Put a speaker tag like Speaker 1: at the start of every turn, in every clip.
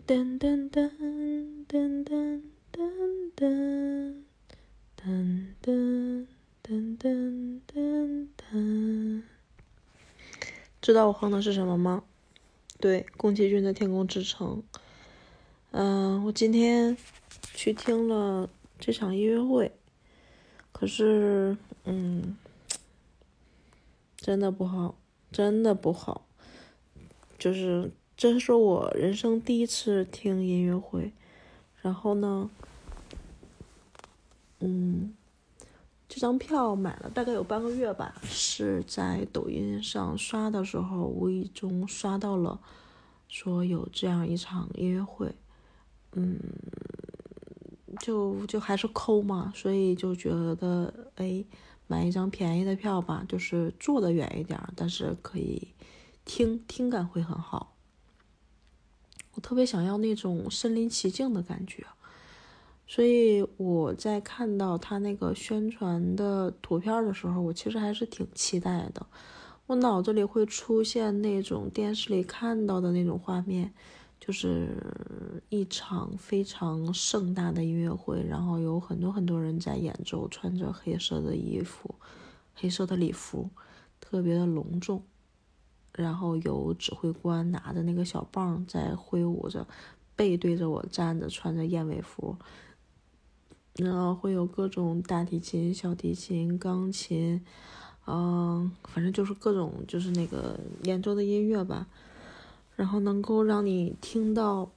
Speaker 1: 噔噔噔噔噔噔噔噔噔噔噔噔噔。知道我哼的是什么吗？对，宫崎骏的《天空之城》。我今天去听了这场音乐会，可是，真的不好，真的不好。就是这是我人生第一次听音乐会，然后呢，这张票买了大概有半个月吧，是在抖音上刷的时候，无意中刷到了，说有这样一场音乐会，就还是抠嘛，所以就觉得买一张便宜的票吧，就是坐得远一点，但是可以听感会很好。我特别想要那种身临其境的感觉，所以我在看到他那个宣传的图片的时候，我其实还是挺期待的。我脑子里会出现那种电视里看到的那种画面，就是一场非常盛大的音乐会，然后有很多很多人在演奏，穿着黑色的衣服，黑色的礼服，特别的隆重。然后有指挥官拿着那个小棒在挥舞着，背对着我站着，穿着燕尾服，然后会有各种大提琴、小提琴、钢琴，反正就是各种就是那个演奏的音乐吧，然后能够让你听到，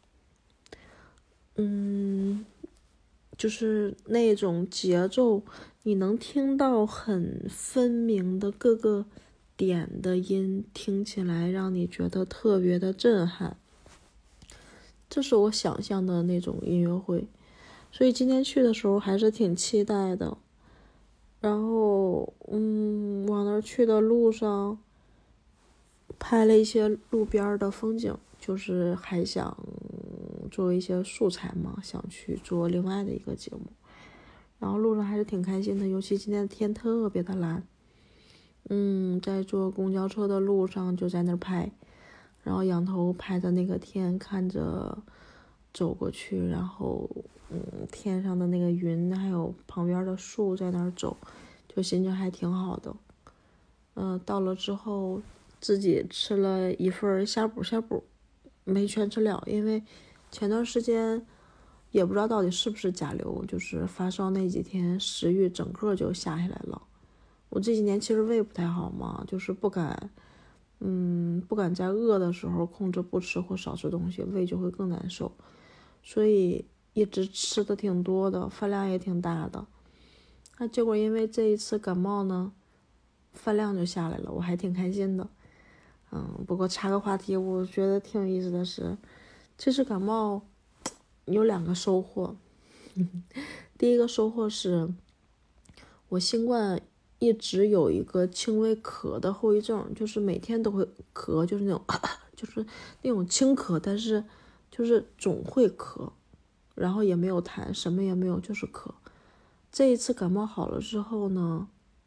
Speaker 1: 就是那种节奏，你能听到很分明的各个点的音，听起来让你觉得特别的震撼。这是我想象的那种音乐会，所以今天去的时候还是挺期待的。然后，往那儿去的路上拍了一些路边的风景，就是还想做一些素材嘛，想去做另外的一个节目。然后路上还是挺开心的，尤其今天的天特别的蓝。在坐公交车的路上就在那儿拍，然后仰头拍着那个天，看着走过去，然后天上的那个云还有旁边的树在那儿走，就心情还挺好的。到了之后自己吃了一份呷哺，没全吃了，因为前段时间也不知道到底是不是甲流，就是发烧那几天食欲整个就下下来了。我这几年其实胃不太好嘛，就是不敢在饿的时候控制不吃或少吃东西，胃就会更难受，所以一直吃的挺多的，饭量也挺大的。那结果因为这一次感冒呢，饭量就下来了，我还挺开心的。不过插个话题，我觉得挺有意思的是，这次感冒有2个收获。第一个收获是，我新冠一直有一个轻微咳的后遗症，就是每天都会咳，就是那种就是那种轻咳，但是就是总会咳，然后也没有痰，什么也没有，就是咳。这一次感冒好了之后呢，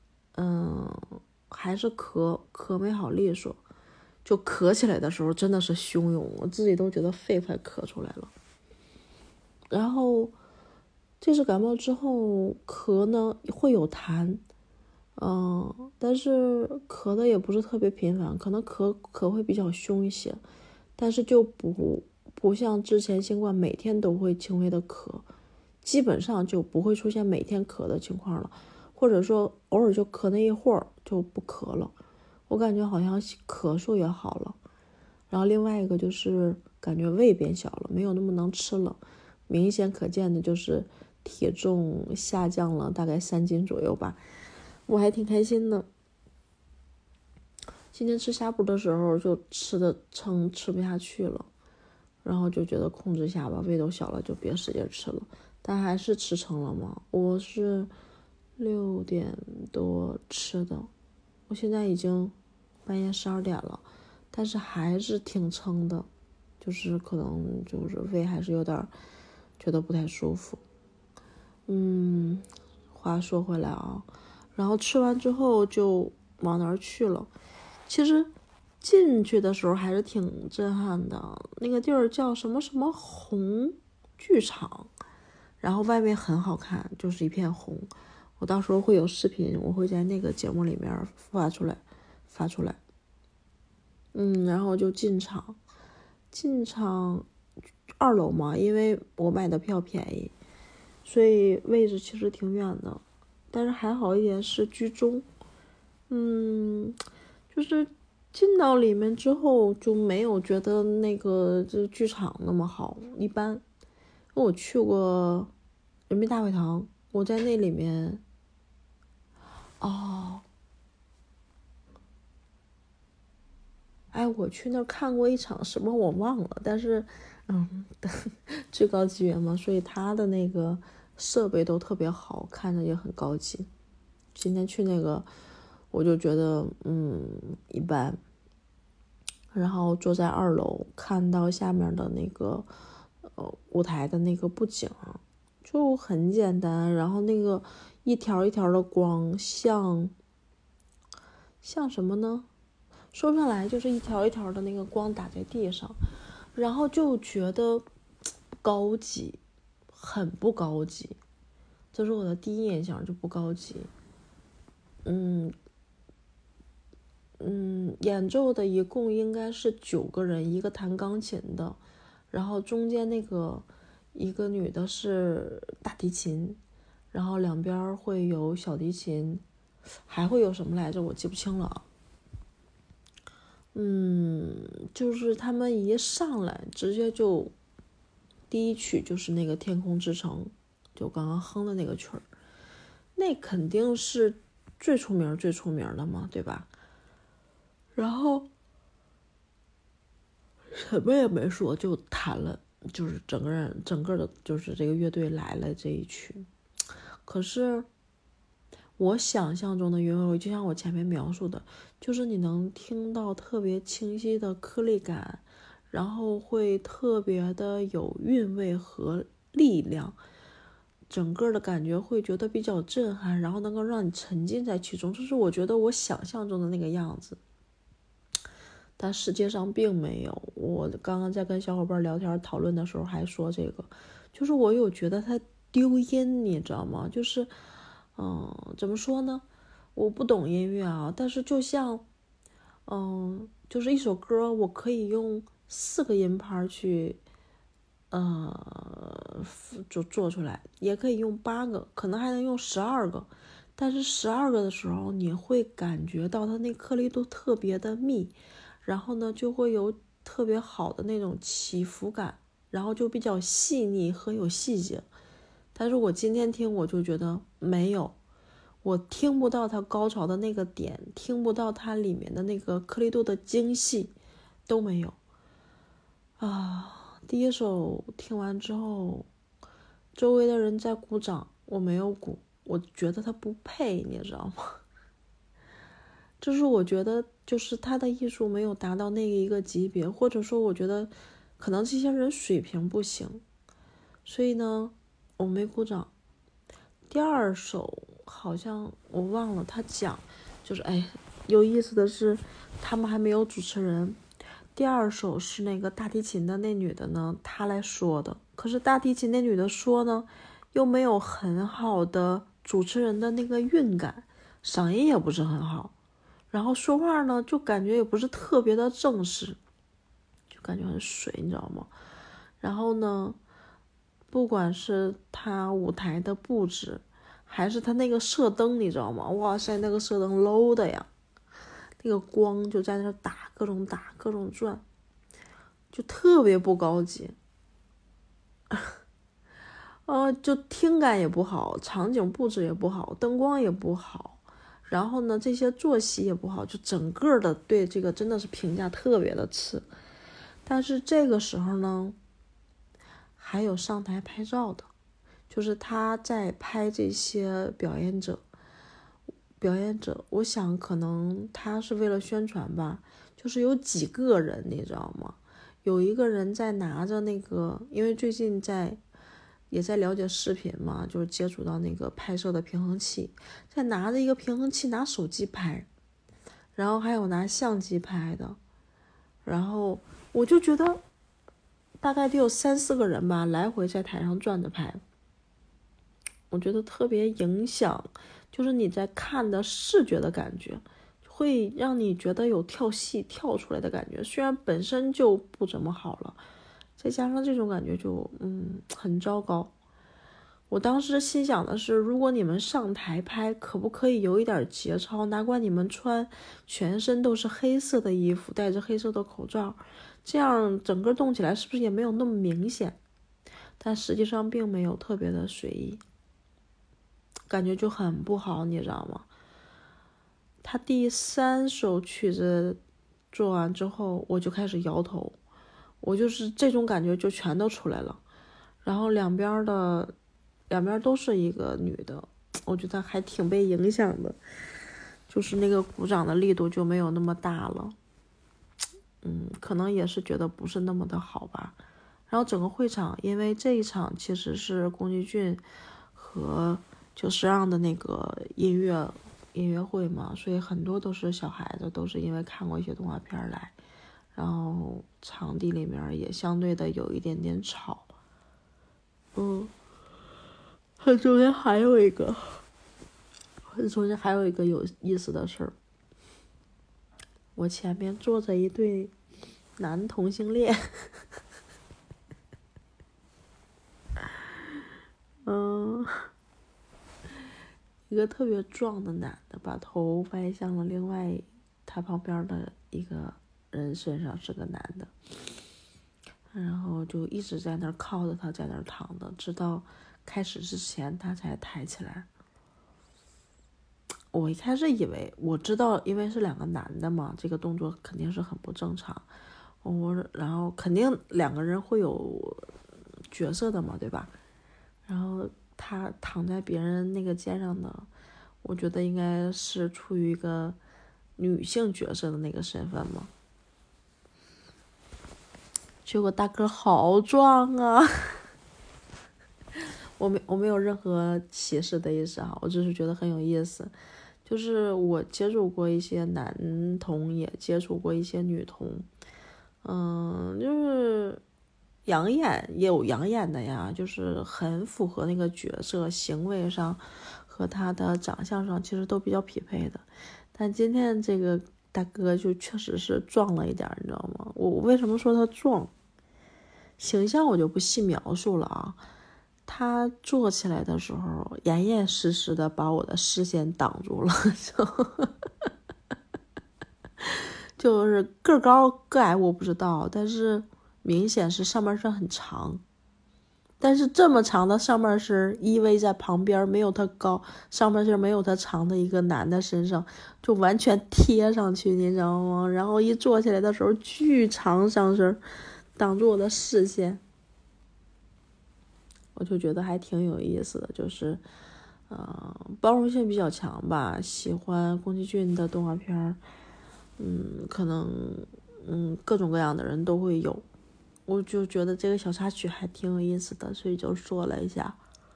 Speaker 1: 还是咳没好利索，就咳起来的时候真的是汹涌，我自己都觉得肺快咳出来了。然后这次感冒之后咳呢会有痰，但是咳的也不是特别频繁，可能咳会比较凶一些，但是就不像之前新冠每天都会轻微的咳，基本上就不会出现每天咳的情况了，或者说偶尔就咳那一会儿就不咳了。我感觉好像咳嗽也好了，然后另外一个就是感觉胃变小了，没有那么能吃了，明显可见的就是体重下降了大概3斤左右吧，我还挺开心的。今天吃呷哺的时候就吃的撑，吃不下去了，然后就觉得控制一下吧，胃都小了就别使劲吃了，但还是吃撑了嘛。我是6点多吃的，我现在已经半夜12点了，但是还是挺撑的，就是可能就是胃还是有点觉得不太舒服。话说回来啊，然后吃完之后就往那儿去了。其实进去的时候还是挺震撼的。那个地儿叫什么什么红剧场，然后外面很好看，就是一片红。我到时候会有视频，我会在那个节目里面发出来。然后就进场2楼嘛，因为我买的票便宜，所以位置其实挺远的，但是还好一点是居中。就是进到里面之后就没有觉得那个这剧场那么好，一般。我去过人民大会堂，我在那里面我去那儿看过一场什么我忘了，但是最高级别嘛，所以他的那个设备都特别好，看着也很高级。今天去那个我就觉得一般，然后坐在2楼看到下面的那个舞台的那个布景就很简单，然后那个一条一条的光像什么呢？说不上来，就是一条一条的那个光打在地上，然后就觉得不高级，很不高级，这是我的第一印象，就不高级。演奏的一共应该是9个人，一个弹钢琴的，然后中间那个一个女的是大提琴，然后两边会有小提琴，还会有什么来着我记不清了。就是他们一上来直接就第一曲就是那个天空之城，就刚刚哼的那个曲儿，那肯定是最出名的嘛，对吧？然后什么也没说就弹了，就是整个的就是这个乐队来了这一曲。可是我想象中的音乐会就像我前面描述的，就是你能听到特别清晰的颗粒感，然后会特别的有韵味和力量，整个的感觉会觉得比较震撼，然后能够让你沉浸在其中，这是我觉得我想象中的那个样子。但实际上并没有。我刚刚在跟小伙伴聊天讨论的时候还说这个，就是我有觉得它丢音，你知道吗？就是怎么说呢，我不懂音乐啊，但是就像就是一首歌我可以用4个音拍去就做出来，也可以用8个，可能还能用12个，但是12个的时候你会感觉到它那颗粒度特别的密，然后呢就会有特别好的那种起伏感，然后就比较细腻和有细节。但是我今天听我就觉得没有，我听不到它高潮的那个点，听不到它里面的那个颗粒度的精细，都没有第一首听完之后，周围的人在鼓掌，我没有鼓，我觉得它不配，你知道吗？就是我觉得就是他的艺术没有达到那一个级别，或者说我觉得可能这些人水平不行，所以呢我没鼓掌。第2首好像我忘了，他讲就是有意思的是他们还没有主持人。第2首是那个大提琴的那女的呢，她来说的，可是大提琴那女的说呢又没有很好的主持人的那个韵感，嗓音也不是很好，然后说话呢就感觉也不是特别的正式，就感觉很水，你知道吗？然后呢不管是他舞台的布置还是他那个射灯，你知道吗？哇塞，那个射灯 low 的呀，那个光就在那打，各种转，就特别不高级就听感也不好，场景布置也不好，灯光也不好，然后呢这些坐席也不好，就整个的对这个真的是评价特别的次。但是这个时候呢还有上台拍照的，就是他在拍这些表演者，我想可能他是为了宣传吧，就是有几个人你知道吗？有一个人在拿着那个，因为最近也在了解视频嘛，就是接触到那个拍摄的平衡器，在拿着一个平衡器拿手机拍，然后还有拿相机拍的， 然后我就觉得大概得有3-4个人吧，来回在台上转着拍，我觉得特别影响，就是你在看的视觉的感觉，会让你觉得有跳戏跳出来的感觉，虽然本身就不怎么好了，再加上这种感觉就很糟糕。我当时心想的是，如果你们上台拍，可不可以有一点节操？哪管你们穿全身都是黑色的衣服，戴着黑色的口罩，这样整个动起来是不是也没有那么明显？但实际上并没有特别的随意，感觉就很不好，你知道吗？他第3首曲子做完之后，我就开始摇头，我就是这种感觉就全都出来了。然后两边都是一个女的，我觉得还挺被影响的，就是那个鼓掌的力度就没有那么大了。可能也是觉得不是那么的好吧。然后整个会场，因为这一场其实是宫崎骏和久石让的那个音乐会嘛，所以很多都是小孩子，都是因为看过一些动画片来，然后场地里面也相对的有一点点吵。中间还有一个有意思的事儿，我前面坐着一对男同性恋，一个特别壮的男的把头歪向了另外他旁边的一个人身上，是个男的，然后就一直在那儿靠着他，在那儿躺着，直到开始之前他才抬起来。我一开始以为，我知道因为是2个男的嘛，这个动作肯定是很不正常，然后肯定2个人会有角色的嘛，对吧？然后他躺在别人那个肩上的，我觉得应该是处于一个女性角色的那个身份嘛。结果大哥好壮啊！我没有任何歧视的意思啊，我只是觉得很有意思。就是我接触过一些男同，也接触过一些女同，就是养眼也有养眼的呀，就是很符合那个角色，行为上和他的长相上其实都比较匹配的。但今天这个大哥就确实是壮了一点，你知道吗？我为什么说他壮？形象我就不细描述了啊。他坐起来的时候，严严实实的把我的视线挡住了，就是个高个矮我不知道，但是明显是上半身很长，但是这么长的上半身依偎在旁边，没有他高，上半身没有他长的一个男的身上，就完全贴上去，你知道吗？然后一坐起来的时候，巨长上身挡住我的视线。我就觉得还挺有意思的，就是包容性比较强吧，喜欢宫崎骏的动画片，可能各种各样的人都会有。我就觉得这个小插曲还挺有意思的，所以就说了一下。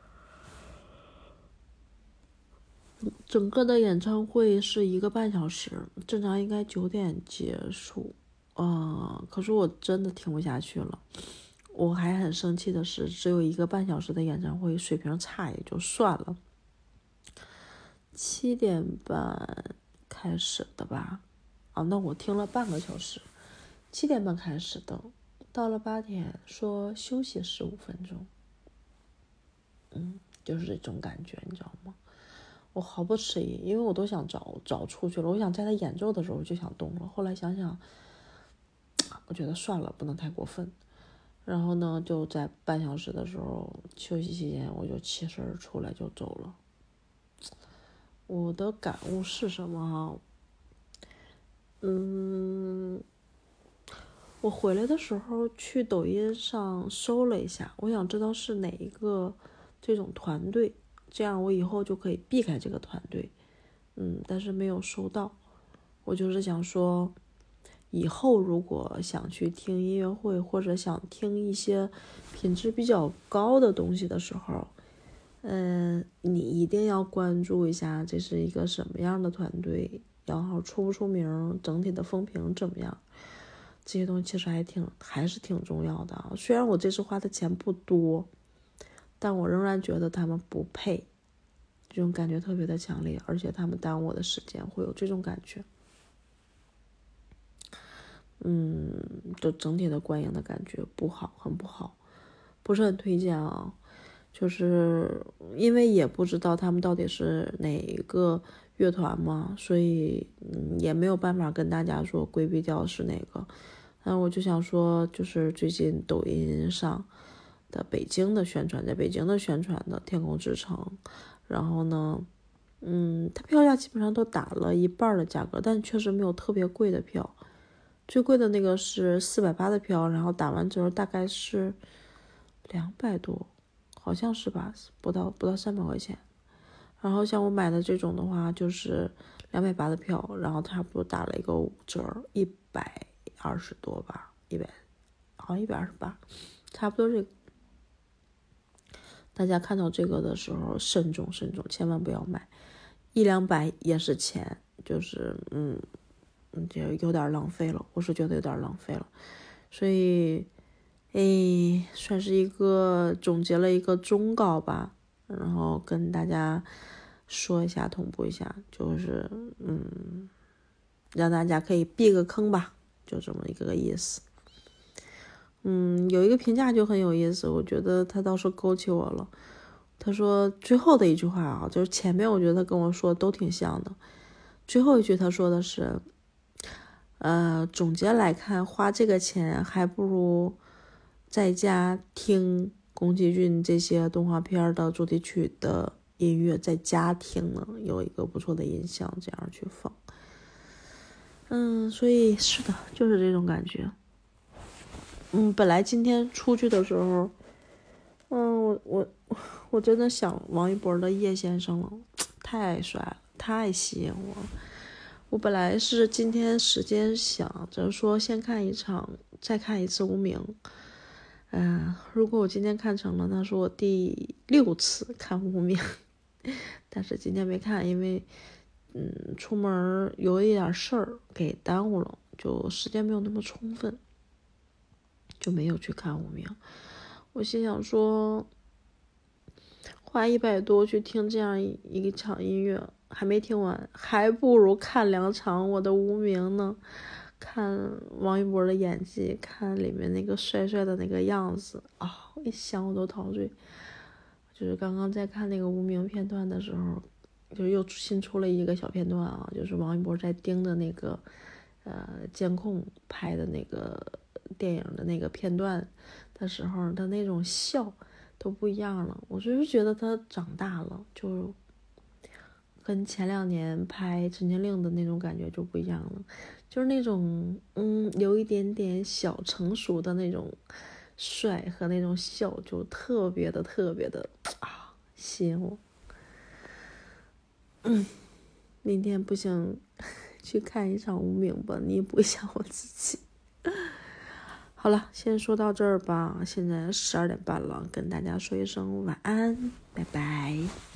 Speaker 1: 整个的演唱会是1个半小时，正常应该9点结束，可是我真的听不下去了。我还很生气的是，只有1个半小时的演唱会，水平差也就算了。7点半开始的吧？那我听了半个小时。7点半开始的，到了8点说休息15分钟。就是这种感觉，你知道吗？我毫不迟疑，因为我都想找出去了，我想在他演奏的时候就想动了。后来想想，我觉得算了，不能太过分。然后呢，就在半小时的时候休息期间，我就起身出来就走了。我的感悟是什么？我回来的时候去抖音上搜了一下，我想知道是哪一个这种团队，这样我以后就可以避开这个团队。但是没有搜到。我就是想说，以后如果想去听音乐会，或者想听一些品质比较高的东西的时候，你一定要关注一下这是一个什么样的团队，然后出不出名，整体的风评怎么样。 这些东西其实还是挺重要的。虽然我这次花的钱不多，但我仍然觉得他们不配，这种感觉特别的强烈，而且他们耽误我的时间，会有这种感觉。就整体的观影的感觉不好，很不好，不是很推荐啊。就是因为也不知道他们到底是哪个乐团嘛，所以也没有办法跟大家说规避掉是哪个。我就想说，就是最近抖音上的北京的宣传，在北京的宣传的天空之城，然后呢，它票价基本上都打了一半的价格，但确实没有特别贵的票。最贵的那个是480的票，然后打完折大概是200多，好像是吧，不到300块钱。然后像我买的这种的话，就是280的票，然后差不多打了一个5折，120多吧，100，好像128，差不多这个。大家看到这个的时候慎重，千万不要买，100-200也是钱，就是就有点浪费了，我是觉得有点浪费了，所以算是一个总结了一个忠告吧，然后跟大家说一下，同步一下，就是让大家可以避个坑吧，就这么一个意思。有一个评价就很有意思，我觉得他倒是勾起我了。他说最后的一句话啊，就是前面我觉得他跟我说都挺像的，最后一句他说的是总结来看，花这个钱还不如在家听宫崎骏这些动画片的主题曲的音乐，在家听呢有一个不错的音响，这样去放。所以是的，就是这种感觉。本来今天出去的时候，我真的想王一博的叶先生了，太帅了，太吸引我了。我本来是今天时间想着说先看一场，再看一次无名。如果我今天看成了，那是我第6次看无名，但是今天没看，因为出门有一点事儿给耽误了，就时间没有那么充分，就没有去看无名。我心想说，花100多去听这样一场音乐，还没听完，还不如看2场我的无名呢。看王一博的演技，看里面那个帅帅的那个样子一想我都陶醉。就是刚刚在看那个无名片段的时候，就又新出了一个小片段啊，就是王一博在盯的那个监控拍的那个电影的那个片段的时候，他那种笑都不一样了。我就是觉得他长大了，就跟前2年拍陈情令的那种感觉就不一样了，就是那种有一点点小成熟的那种帅和那种笑，就特别的吸引我。明天不行去看一场无名吧，弥补一下我自己。好了，先说到这儿吧，现在12点半了，跟大家说一声晚安，拜拜。